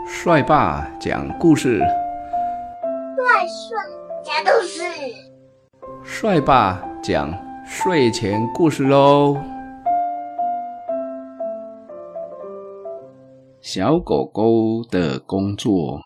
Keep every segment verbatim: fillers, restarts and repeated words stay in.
帅爸讲故事， 帅帅讲故事， 帅爸讲睡前故事喽。小狗狗的工作。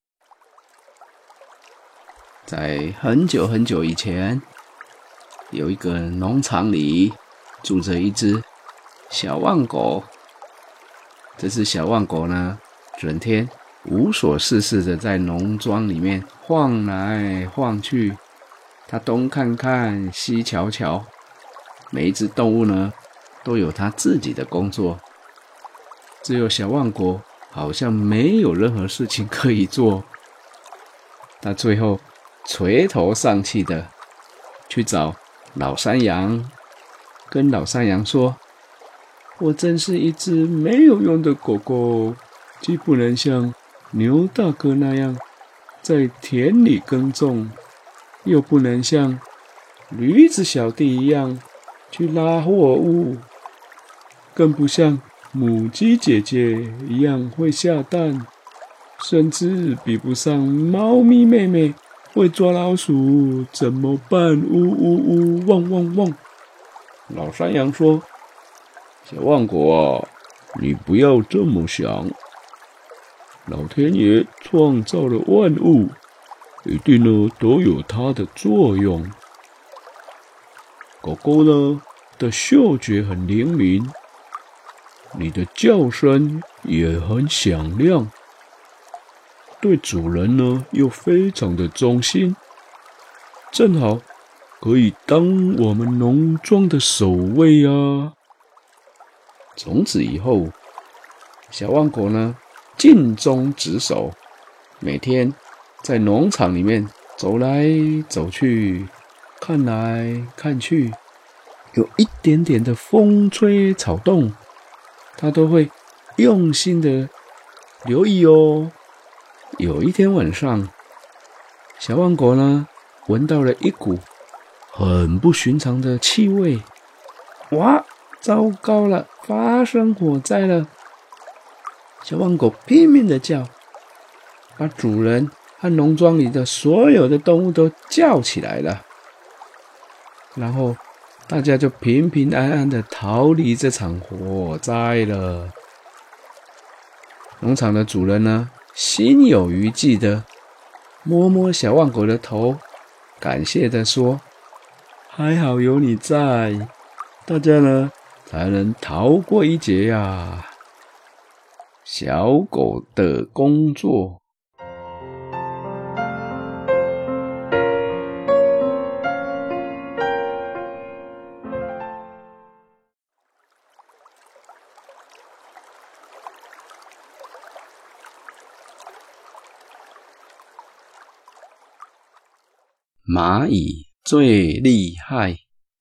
在很久很久以前，有一个农场里住着一只小旺狗。这只小旺狗呢，整天无所事事的在农庄里面晃来晃去，它东看看西瞧瞧，每一只动物呢都有它自己的工作，只有小旺狗好像没有任何事情可以做。它最后垂头丧气的去找老山羊，跟老山羊说，我真是一只没有用的狗狗，既不能像牛大哥那样在田里耕种，又不能像驴子小弟一样去拉货物，更不像母鸡姐姐一样会下蛋，甚至比不上猫咪妹妹会抓老鼠，怎么办？呜呜呜，汪汪汪！老山羊说，小旺狗啊，你不要这么想，老天爷创造了万物，一定呢都有它的作用。狗狗呢的嗅觉很灵敏，你的叫声也很响亮，对主人呢又非常的忠心，正好可以当我们农庄的守卫啊。从此以后，小旺狗呢尽忠职守，每天在农场里面走来走去，看来看去，有一点点的风吹草动，它都会用心的留意哦。有一天晚上，小旺狗呢闻到了一股很不寻常的气味，哇！糟糕了，发生火灾了！小旺狗拼命的叫，把主人和农庄里的所有的动物都叫起来了。然后大家就平平安安的逃离这场火灾了。农场的主人呢，心有余悸的摸摸小旺狗的头，感谢的说，还好有你在，大家呢才能逃过一劫呀。小狗的工作。蚂蚁最厉害。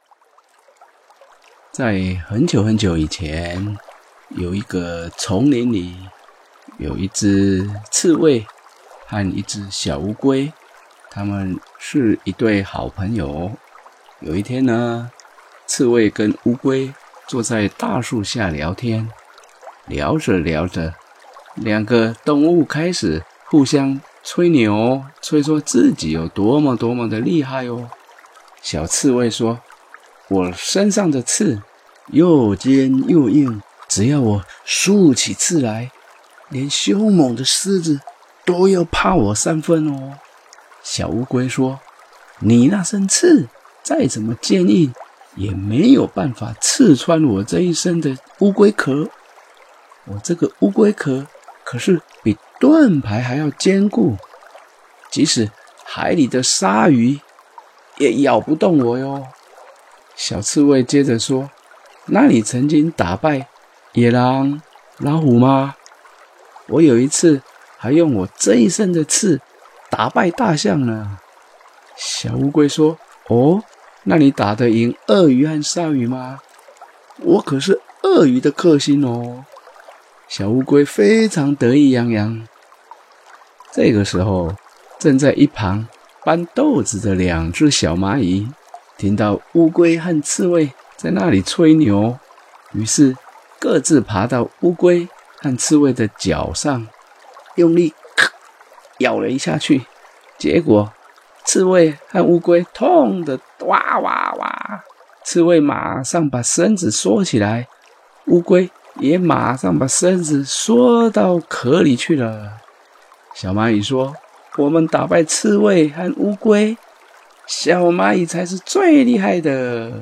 在很久很久以前，有一个丛林里，有一只刺猬和一只小乌龟，他们是一对好朋友。有一天呢，刺猬跟乌龟坐在大树下聊天，聊着聊着，两个动物开始互相吹牛，吹说自己有多么多么的厉害哦。小刺猬说，我身上的刺又尖又硬，只要我竖起刺来，连凶猛的狮子都要怕我三分哦。小乌龟说，你那身刺再怎么坚硬，也没有办法刺穿我这一身的乌龟壳。我这个乌龟壳可是比盾牌还要坚固，即使海里的鲨鱼也咬不动我哟。小刺猬接着说，那你曾经打败野狼、老虎吗？我有一次还用我这一身的刺打败大象呢。小乌龟说，哦，那你打得赢鳄鱼和鲨鱼吗？我可是鳄鱼的克星哦。小乌龟非常得意洋洋。这个时候，正在一旁搬豆子的两只小蚂蚁听到乌龟和刺猬在那里吹牛，于是各自爬到乌龟和刺猬的脚上， 用力咬了一下去，结果刺猬和乌龟痛得哇哇哇，刺猬马上把身子缩起来，乌龟也马上把身子缩到壳里去了。小蚂蚁说，我们打败刺猬和乌龟，小蚂蚁才是最厉害的。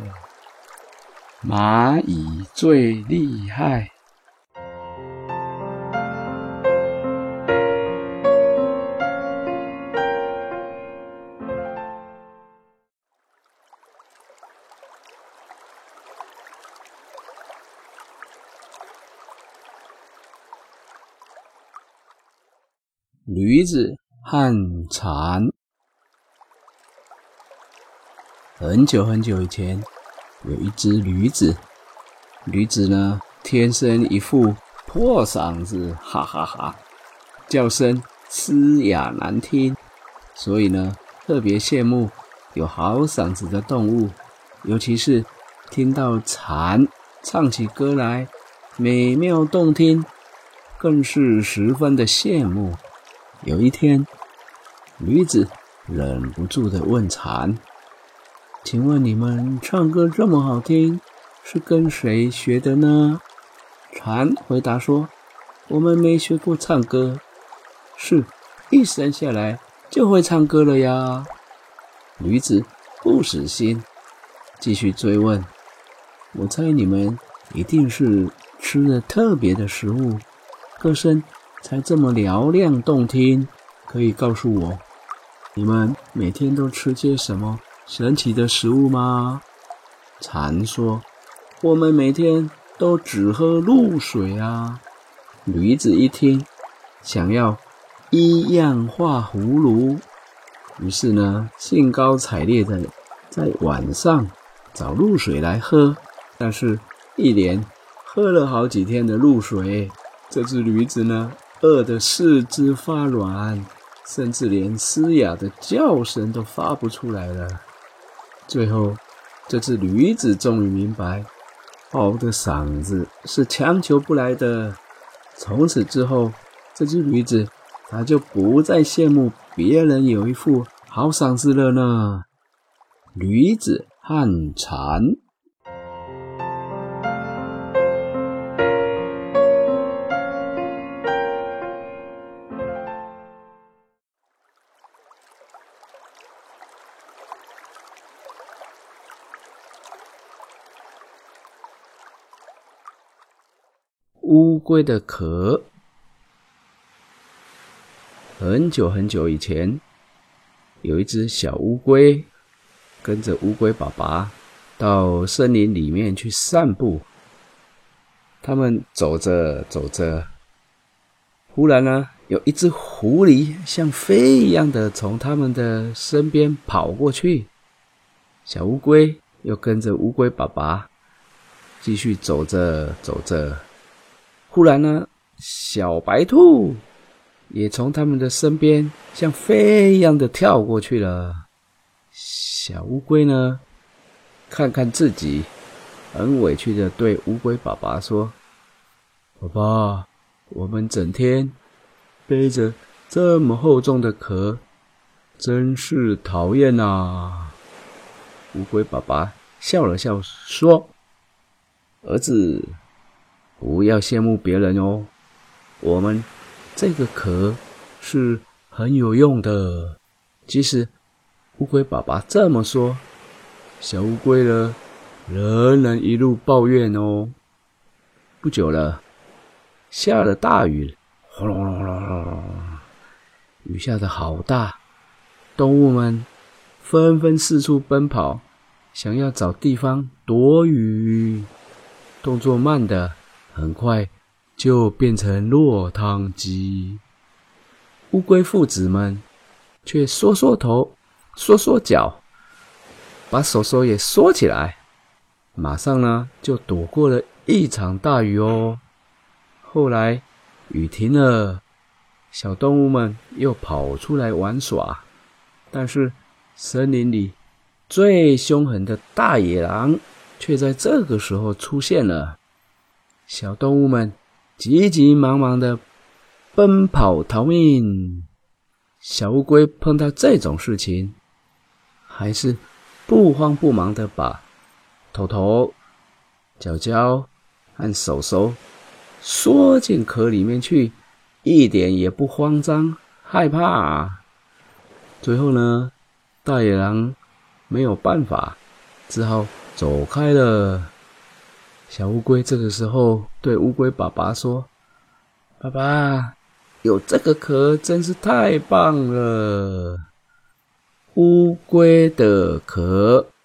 蚂蚁最厉害。驴子和蝉。很久很久以前，有一只驴子。驴子呢，天生一副破嗓子，哈哈哈，叫声嘶哑难听，所以呢，特别羡慕有好嗓子的动物，尤其是听到蝉唱起歌来，美妙动听，更是十分的羡慕。有一天，驴子忍不住地问蝉，请问你们唱歌这么好听，是跟谁学的呢？蝉回答说，我们没学过唱歌，是一生下来就会唱歌了呀。驴子不死心，继续追问，我猜你们一定是吃了特别的食物，歌声才这么嘹亮动听，可以告诉我，你们每天都吃些什么神奇的食物吗？蝉说，我们每天都只喝露水啊。驴子一听，想要一样画葫芦，于是呢，兴高采烈的在晚上找露水来喝，但是一连喝了好几天的露水，这只驴子呢，饿得四肢发软，甚至连嘶哑的叫声都发不出来了。最后，这只驴子终于明白，好的嗓子是强求不来的。从此之后，这只驴子它就不再羡慕别人有一副好嗓子了呢。驴子和蝉。乌龟的壳。很久很久以前，有一只小乌龟跟着乌龟爸爸到森林里面去散步。他们走着走着，忽然呢，有一只狐狸像飞一样的从他们的身边跑过去。小乌龟又跟着乌龟爸爸继续走着走着，忽然呢，小白兔也从他们的身边像飞一样的跳过去了。小乌龟呢，看看自己，很委屈的对乌龟爸爸说，爸爸，我们整天背着这么厚重的壳，真是讨厌啊。乌龟爸爸笑了笑说，儿子，不要羡慕别人哦，我们这个壳是很有用的。即使乌龟爸爸这么说，小乌龟呢，仍然一路抱怨哦。不久了，下了大雨，轰隆隆隆隆，雨下得好大，动物们纷纷四处奔跑，想要找地方躲雨。动作慢的很快就变成落汤鸡。乌龟父子们却缩缩头，缩缩脚，把手手也缩起来，马上呢就躲过了一场大雨哦。后来雨停了，小动物们又跑出来玩耍，但是森林里最凶狠的大野狼却在这个时候出现了。小动物们急急忙忙地奔跑逃命。小乌龟碰到这种事情，还是不慌不忙的把头头、脚脚和手手缩进壳里面去，一点也不慌张害怕。最后呢，大野狼没有办法，只好走开了。小乌龟这个时候对乌龟爸爸说：爸爸，有这个壳真是太棒了。乌龟的壳。